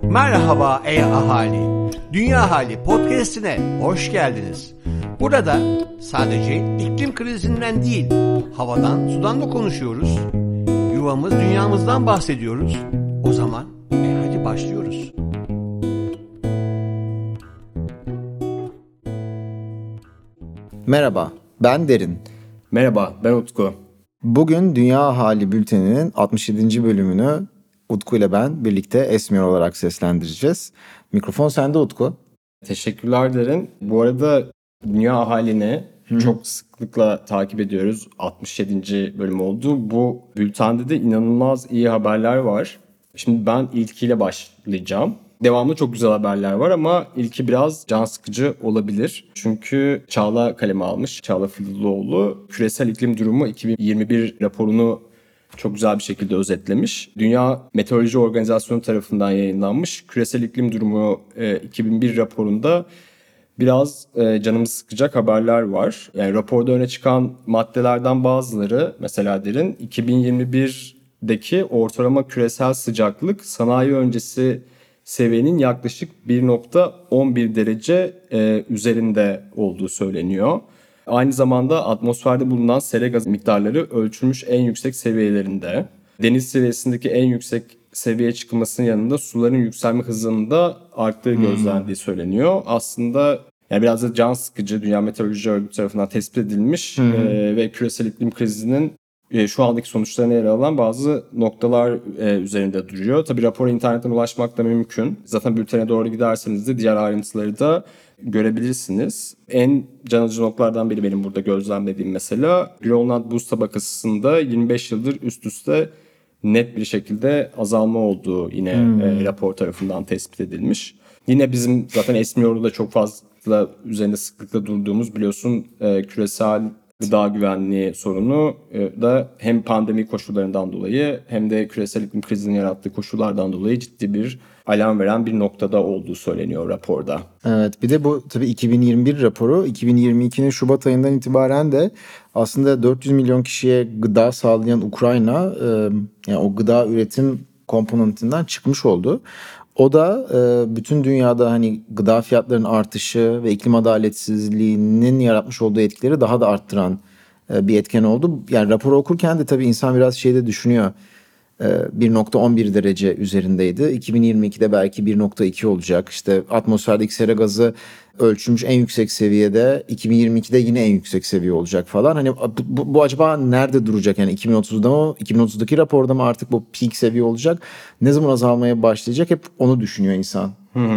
Merhaba ey ahali. Dünya Hali podcast'ine hoş geldiniz. Burada sadece iklim krizinden değil, havadan, sudan da konuşuyoruz. Yuvamız, dünyamızdan bahsediyoruz. O zaman hadi başlıyoruz. Merhaba, ben Derin. Merhaba, ben Utku. Bugün Dünya Hali Bülteni'nin 67. bölümünü Utku ile ben birlikte Esmiyor olarak seslendireceğiz. Mikrofon sende Utku. Teşekkürler Derin. Bu arada Dünya Hali'ni çok sıklıkla takip ediyoruz. 67. bölüm oldu. Bu bültende de inanılmaz iyi haberler var. Şimdi ben ilkiyle başlayacağım. Devamlı çok güzel haberler var ama ilki biraz can sıkıcı olabilir. Çünkü Çağla kaleme almış. Çağla Fıdıloğlu küresel iklim durumu 2021 raporunu çok güzel bir şekilde özetlemiş. Dünya Meteoroloji Organizasyonu tarafından yayınlanmış küresel iklim durumu 2001 raporunda biraz canımızı sıkacak haberler var. Yani raporda öne çıkan maddelerden bazıları mesela Derin 2021'deki ortalama küresel sıcaklık sanayi öncesi seviyenin yaklaşık 1.11 derece üzerinde olduğu söyleniyor. Aynı zamanda atmosferde bulunan sera gazı miktarları ölçülmüş en yüksek seviyelerinde. Deniz seviyesindeki en yüksek seviyeye çıkmasının yanında suların yükselme hızının da arttığı gözlendiği söyleniyor. Aslında yani biraz da can sıkıcı, Dünya Meteoroloji Örgütü tarafından tespit edilmiş ve küresel iklim krizinin şu andaki sonuçlarına yer alan bazı noktalar üzerinde duruyor. Tabii rapora internetten ulaşmak da mümkün. Zaten bültene doğru giderseniz de diğer ayrıntıları da görebilirsiniz. En can alıcı noktalardan biri benim burada gözlemlediğim mesela Grönland buz tabakasında 25 yıldır üst üste net bir şekilde azalma olduğu yine rapor tarafından tespit edilmiş. Yine bizim zaten Esmiyor'da da çok fazla üzerinde sıklıkla durduğumuz biliyorsun küresel gıda güvenliği sorunu da hem pandemi koşullarından dolayı hem de küresel iklim krizinin yarattığı koşullardan dolayı ciddi bir alarm veren bir noktada olduğu söyleniyor raporda. Evet, bir de bu tabii 2021 raporu 2022'nin Şubat ayından itibaren de aslında 400 milyon kişiye gıda sağlayan Ukrayna yani o gıda üretim komponentinden çıkmış oldu. O da bütün dünyada hani gıda fiyatlarının artışı ve iklim adaletsizliğinin yaratmış olduğu etkileri daha da arttıran bir etken oldu. Yani raporu okurken de tabii insan biraz şeyde düşünüyor. 1.11 derece üzerindeydi. 2022'de belki 1.2 olacak. İşte atmosferdeki sera gazı ölçülmüş en yüksek seviyede. 2022'de yine en yüksek seviye olacak falan. Hani bu acaba nerede duracak? Yani 2030'da mı? 2030'daki raporda mı artık bu peak seviye olacak? Ne zaman azalmaya başlayacak? Hep onu düşünüyor insan.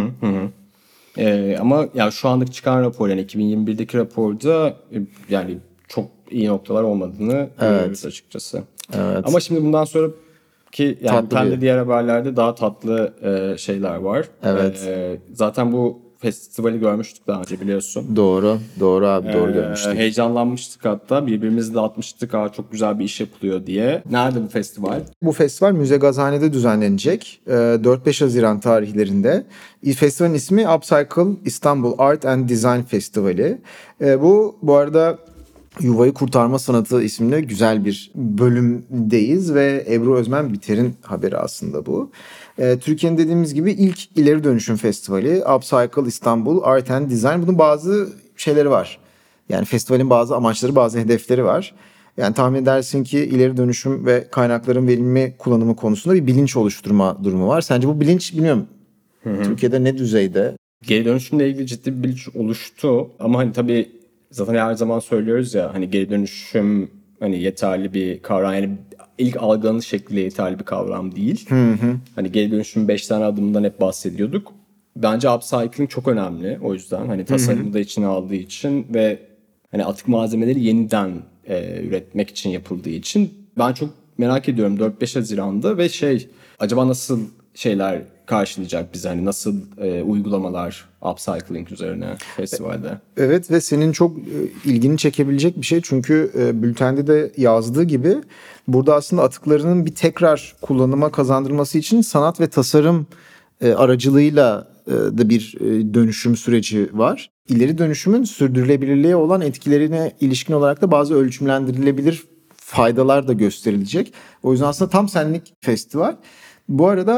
Ama ya şu andaki çıkan rapor yani 2021'deki raporda yani çok iyi noktalar olmadığını görüyoruz açıkçası. Evet. Ama şimdi bundan sonra ki yani bültende diğer haberlerde daha tatlı şeyler var. Evet. Zaten bu festivali görmüştük daha önce biliyorsun. Doğru abi doğru görmüştük. Heyecanlanmıştık hatta birbirimizi de atmıştık. Çok güzel bir iş yapılıyor diye. Nerede bu festival? Bu festival Müze Gazhane'de düzenlenecek 4-5 Haziran tarihlerinde. Festivalin ismi Upcycle Istanbul Art and Design Festivali. Bu arada Yuvayı Kurtarma Sanatı isimli güzel bir bölümdeyiz ve Ebru Özmen Biter'in haberi aslında bu. Türkiye'nin dediğimiz gibi ilk ileri dönüşüm festivali Upcycle Istanbul Art and Design. Bunun bazı şeyleri var. Yani festivalin bazı amaçları, bazı hedefleri var. Yani tahmin edersin ki ileri dönüşüm ve kaynakların verimli kullanımı konusunda bir bilinç oluşturma durumu var. Sence bu bilinç bilmiyorum Türkiye'de ne düzeyde? Geri dönüşümle ilgili ciddi bir bilinç oluştu ama hani tabii zaten her zaman söylüyoruz ya hani geri dönüşüm hani yeterli bir kavram yani ilk algılanış şekliyle yeterli bir kavram değil. Hani geri dönüşüm 5 tane adımından hep bahsediyorduk. Bence upcycling çok önemli o yüzden hani tasarımı da içine aldığı için ve hani atık malzemeleri yeniden üretmek için yapıldığı için ben çok merak ediyorum 4-5 Haziran'da ve acaba nasıl şeyler karşılayacak bizi hani nasıl uygulamalar upcycling üzerine festivalde. Evet ve senin çok ilgini çekebilecek bir şey çünkü bültende de yazdığı gibi burada aslında atıklarının bir tekrar kullanıma kazandırılması için sanat ve tasarım aracılığıyla da bir dönüşüm süreci var. İleri dönüşümün sürdürülebilirliğe olan etkilerine ilişkin olarak da bazı ölçümlendirilebilir faydalar da gösterilecek. O yüzden aslında tam senlik festival. Bu arada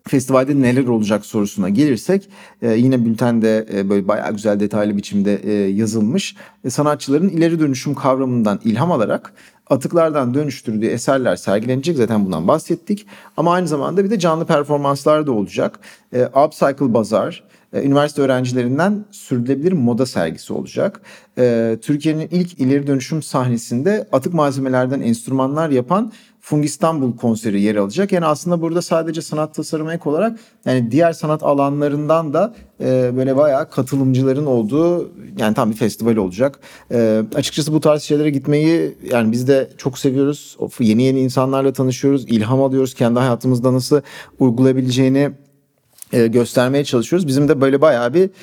festivalde neler olacak sorusuna gelirsek yine bültende böyle bayağı güzel detaylı biçimde yazılmış. Sanatçıların ileri dönüşüm kavramından ilham alarak atıklardan dönüştürdüğü eserler sergilenecek. Zaten bundan bahsettik. Ama aynı zamanda bir de canlı performanslar da olacak. Upcycle Bazar, üniversite öğrencilerinden sürdürülebilir moda sergisi olacak. Türkiye'nin ilk ileri dönüşüm sahnesinde atık malzemelerden enstrümanlar yapan Fungistanbul konseri yer alacak. Yani aslında burada sadece sanat tasarımı ek olarak yani diğer sanat alanlarından da böyle bayağı katılımcıların olduğu yani tam bir festival olacak. Açıkçası bu tarz şeylere gitmeyi yani biz de çok seviyoruz. Yeni insanlarla tanışıyoruz, ilham alıyoruz. Kendi hayatımızda nasıl uygulayabileceğini göstermeye çalışıyoruz. Bizim de böyle bayağı bir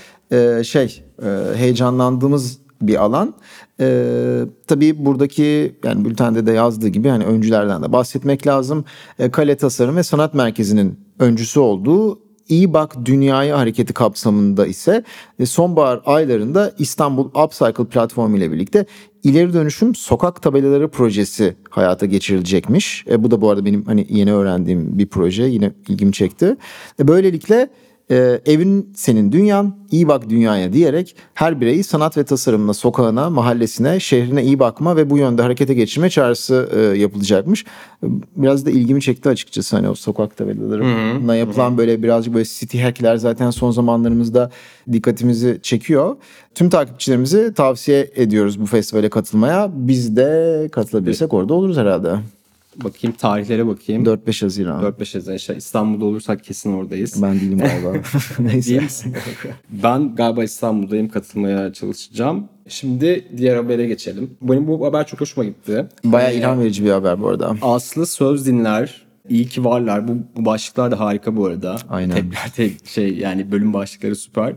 heyecanlandığımız bir alan. Tabii buradaki yani bültende de yazdığı gibi hani öncülerden de bahsetmek lazım. Kale Tasarım ve Sanat Merkezi'nin öncüsü olduğu İyi Bak Dünyaya hareketi kapsamında ise sonbahar aylarında İstanbul Upcycle platformu ile birlikte ileri dönüşüm sokak tabelaları projesi hayata geçirilecekmiş. Bu da bu arada benim hani yeni öğrendiğim bir proje, yine ilgimi çekti. Böylelikle evin senin dünyan, iyi bak dünyaya diyerek her bireyi sanat ve tasarımla sokağına, mahallesine, şehrine iyi bakma ve bu yönde harekete geçirme çağrısı yapılacakmış. Biraz da ilgimi çekti açıkçası hani o sokak tabelalarına yapılan böyle birazcık böyle city hack'ler zaten son zamanlarımızda dikkatimizi çekiyor. Tüm takipçilerimizi tavsiye ediyoruz bu festivale katılmaya. Biz de katılabilirsek orada oluruz herhalde. Bakayım tarihlere bakayım. 4-5 Haziran. 4-5 Haziran. İşte İstanbul'da olursak kesin oradayız. Ben değilim galiba. Neyse. Değil misin? Ben galiba İstanbul'dayım, katılmaya çalışacağım. Şimdi diğer habere geçelim. Benim bu haber çok hoşuma gitti. Bayağı ilham verici bir haber bu arada. Aslı söz dinler. İyi ki varlar. Bu başlıklar da harika bu arada. Aynen. Yani bölüm başlıkları süper.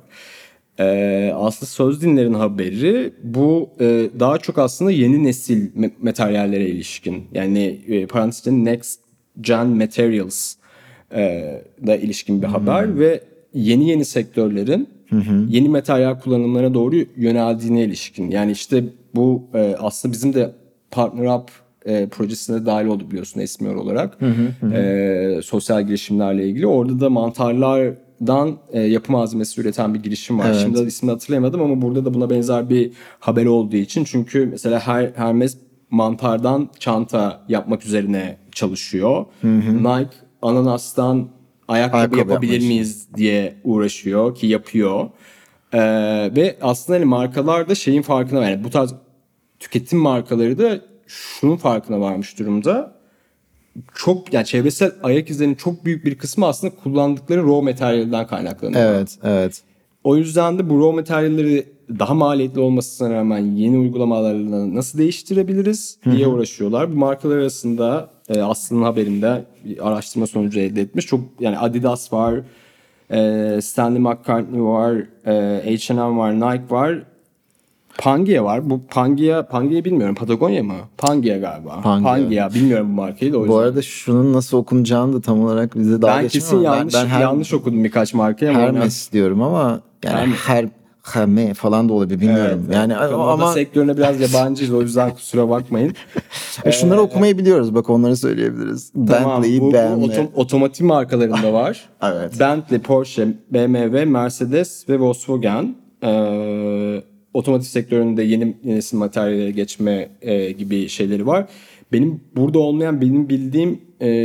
Aslı söz dinlerin haberi bu daha çok aslında yeni nesil materyallere ilişkin, yani parantezinde next gen materials da ilişkin bir haber ve yeni sektörlerin yeni materyal kullanımlarına doğru yöneldiğine ilişkin. Yani işte bu aslında bizim de Partner Up projesine dahil oldu biliyorsun Esmiyor olarak. Sosyal girişimlerle ilgili. Orada da mantarlardan yapı malzemesi üreten bir girişim var. Evet. Şimdi ismini hatırlayamadım ama burada da buna benzer bir haber olduğu için. Çünkü mesela Hermes mantardan çanta yapmak üzerine çalışıyor. Nike ananastan ayakkabı yapabilir miyiz diye uğraşıyor ki yapıyor. Ve aslında hani markalar da şeyin farkına var. Yani bu tarz tüketim markaları da şunun farkına varmış durumda. Çok yani çevresel ayak izlerinin çok büyük bir kısmı aslında kullandıkları raw materyalden kaynaklanıyor. Evet. O yüzden de bu raw materyalleri daha maliyetli olmasına rağmen yeni uygulamalarla nasıl değiştirebiliriz diye uğraşıyorlar. Bu markalar arasında Aslı'nın haberinde bir araştırma sonucu elde etmiş. Çok yani Adidas var, Stanley McCartney var, H&M var, Nike var. Pangea var. Bu Pangea bilmiyorum. Patagonya mı? Pangea galiba. Pangea. Bilmiyorum bu markayı da o yüzden. Bu arada şunun nasıl okunacağını da tam olarak bize dalga geçmiyor. Ben kesin yanlış okudum birkaç markayı. Hermes diyorum ama yani Herme falan da olabilir bilmiyorum. Evet, yani ama sektörüne biraz yabancıyız o yüzden kusura bakmayın. Şunları okumayı biliyoruz. Bak onları söyleyebiliriz. Tamam, Bentley, otomotiv markalarında var. Evet. Bentley, Porsche, BMW, Mercedes ve Volkswagen. Otomotiv sektöründe yeni nesil materyallere geçme gibi şeyleri var. Benim burada olmayan benim bildiğim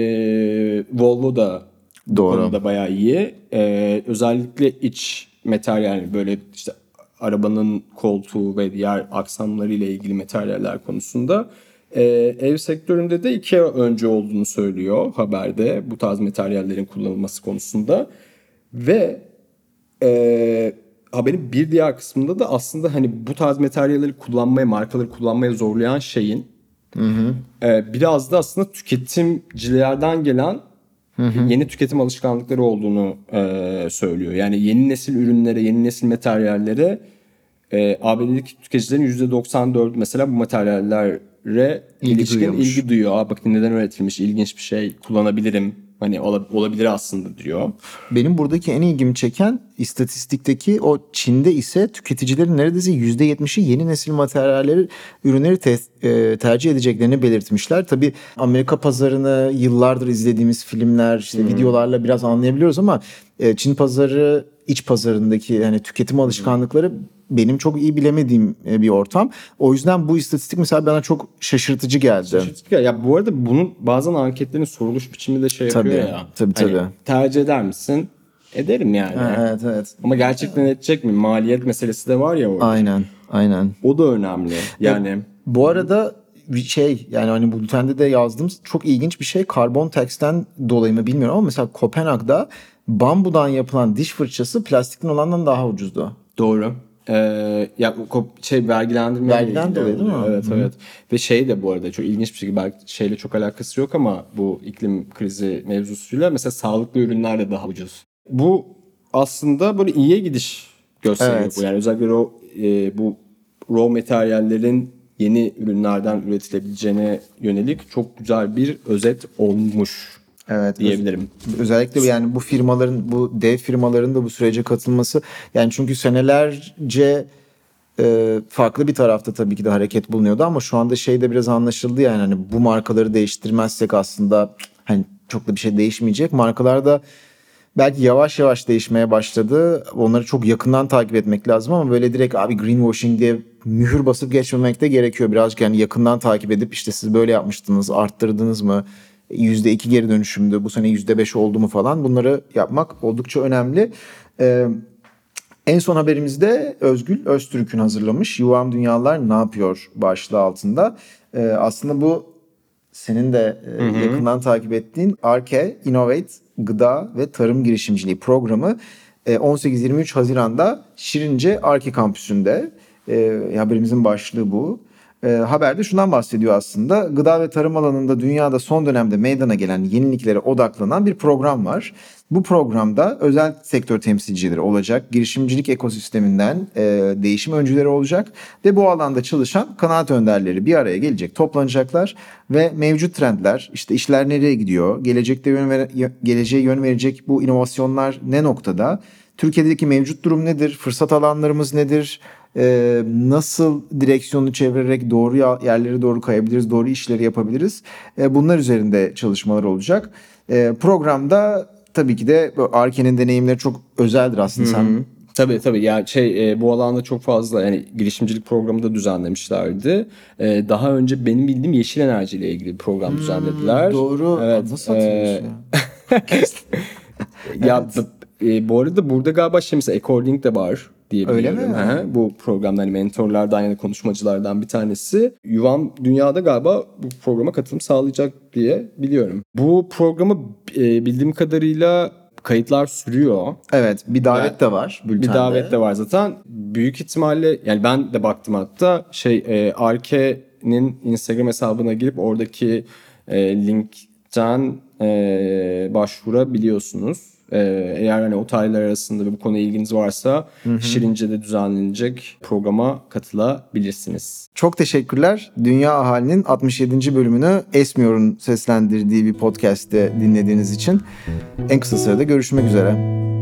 Volvo da bu konuda bayağı iyi. Özellikle iç materyal böyle işte arabanın koltuğu ve diğer aksamları ile ilgili materyaller konusunda. Ev sektöründe de IKEA önce olduğunu söylüyor haberde bu tarz materyallerin kullanılması konusunda. Ve haberin bir diğer kısmında da aslında hani bu tarz materyalleri kullanmaya, markaları kullanmaya zorlayan şeyin biraz da aslında tüketimcilerden gelen yeni tüketim alışkanlıkları olduğunu söylüyor. Yani yeni nesil ürünlere, yeni nesil materyallere ABD'deki tüketicilerin %94 mesela bu materyallere ilişkin ilgi duyuyor. Bakın neden üretilmiş, ilginç bir şey, kullanabilirim Hani olabilir aslında diyor. Benim buradaki en ilgimi çeken istatistikteki o Çin'de ise tüketicilerin neredeyse %70'i yeni nesil materyalleri, ürünleri tercih edeceklerini belirtmişler. Tabii Amerika pazarını yıllardır izlediğimiz filmler, işte videolarla biraz anlayabiliyoruz ama Çin pazarı, iç pazarındaki yani tüketim alışkanlıkları benim çok iyi bilemediğim bir ortam. O yüzden bu istatistik mesela bana çok şaşırtıcı geldi. Ya bu arada bunun bazen anketlerin soruluş biçimi de şey yapıyor ya. Tabii. Hani, tercih eder misin? Ederim yani. Evet. Ama gerçekten edecek mi? Maliyet meselesi de var ya orada. Aynen. O da önemli. Yani bu arada yani hani bültende de yazdığımız çok ilginç bir şey, karbon tax'ten dolayı mı bilmiyorum ama mesela Kopenhag'da bambudan yapılan diş fırçası plastikten olandan daha ucuzdu. doğru. Vergilendirme Vergiden dolayı değil mi? Evet. Ve şey de bu arada çok ilginç bir şey, belki şeyle çok alakası yok ama bu iklim krizi mevzusuyla mesela sağlıklı ürünler de daha ucuz. Bu aslında böyle iyiye gidiş gösteriyor. Evet. Bu. Yani özellikle bu raw materyallerin yeni ürünlerden üretilebileceğine yönelik çok güzel bir özet olmuş. Evet, diyebilirim. Özellikle yani bu firmaların, bu dev firmaların da bu sürece katılması, yani çünkü senelerce farklı bir tarafta tabii ki de hareket bulunuyordu ama şu anda şey de biraz anlaşıldı, yani hani bu markaları değiştirmezsek aslında hani çok da bir şey değişmeyecek. Markalar da belki yavaş yavaş değişmeye başladı. Onları çok yakından takip etmek lazım ama böyle direkt abi greenwashing diye mühür basıp geçmemek de gerekiyor. Birazcık yani yakından takip edip işte siz böyle yapmıştınız, arttırdınız mı? %2 geri dönüşümdü, bu sene %5 oldu mu falan, bunları yapmak oldukça önemli. En son haberimizde Özgül Öztürk'ün hazırlamış Yuvam Dünyalar Ne Yapıyor başlığı altında. Aslında bu senin de yakından takip ettiğin Arke Innovate Gıda ve Tarım Girişimciliği programı 18-23 Haziran'da Şirince Arke kampüsünde. Haberimizin başlığı bu. Haberde şundan bahsediyor aslında. Gıda ve tarım alanında dünyada son dönemde meydana gelen yeniliklere odaklanan bir program var. Bu programda özel sektör temsilcileri olacak, girişimcilik ekosisteminden değişim öncüleri olacak ve bu alanda çalışan kanaat önderleri bir araya gelecek, toplanacaklar ve mevcut trendler, işte işler nereye gidiyor, geleceğe yön verecek bu inovasyonlar ne noktada, Türkiye'deki mevcut durum nedir, fırsat alanlarımız nedir, nasıl direksiyonu çevirerek doğru yerlere doğru kayabiliriz, doğru işleri yapabiliriz, bunlar üzerinde çalışmalar olacak. Programda tabii ki de Arke'nin deneyimleri çok özeldir aslında. Sen Tabii ya bu alanda çok fazla yani girişimcilik programı da düzenlemişlerdi. Daha önce benim bildiğim yeşil enerji ile ilgili bir program düzenlediler. Doğru. Evet. Nasıl hatırlıyorsun Ya bu arada burada galiba mesela Ecording de var diye biliyorum. Öyle mi? Bu programda hani mentorlardan yani konuşmacılardan bir tanesi. Yuvam Dünya'da galiba bu programa katılım sağlayacak diye biliyorum. Bu programı bildiğim kadarıyla kayıtlar sürüyor. Evet, bir davet de var bültende. Bir davet de var zaten. Büyük ihtimalle yani ben de baktım hatta Arke'nin Instagram hesabına girip oradaki linkten başvurabiliyorsunuz. Eğer hani oteller arasında ve bu konuya ilginiz varsa Şirince'de düzenlenecek programa katılabilirsiniz. Çok teşekkürler. Dünya Ahali'nin 67. bölümünü Esmiyor'un seslendirdiği bir podcast'te dinlediğiniz için. En kısa sürede görüşmek üzere.